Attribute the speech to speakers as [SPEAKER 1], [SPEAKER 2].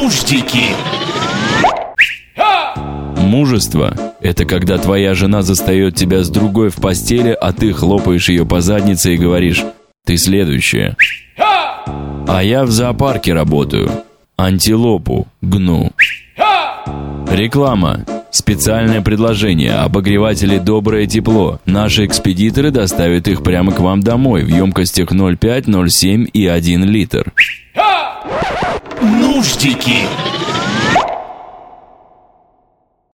[SPEAKER 1] Нуждики.
[SPEAKER 2] Мужество – это когда твоя жена застает тебя с другой в постели, а ты хлопаешь ее по заднице и говоришь: «Ты следующая». А я в зоопарке работаю. Антилопу гну. Реклама. Специальное предложение. Обогреватели «Доброе тепло». Наши экспедиторы доставят их прямо к вам домой в емкостях 0,5, 0,7 и 1 литр.
[SPEAKER 1] Нуждики.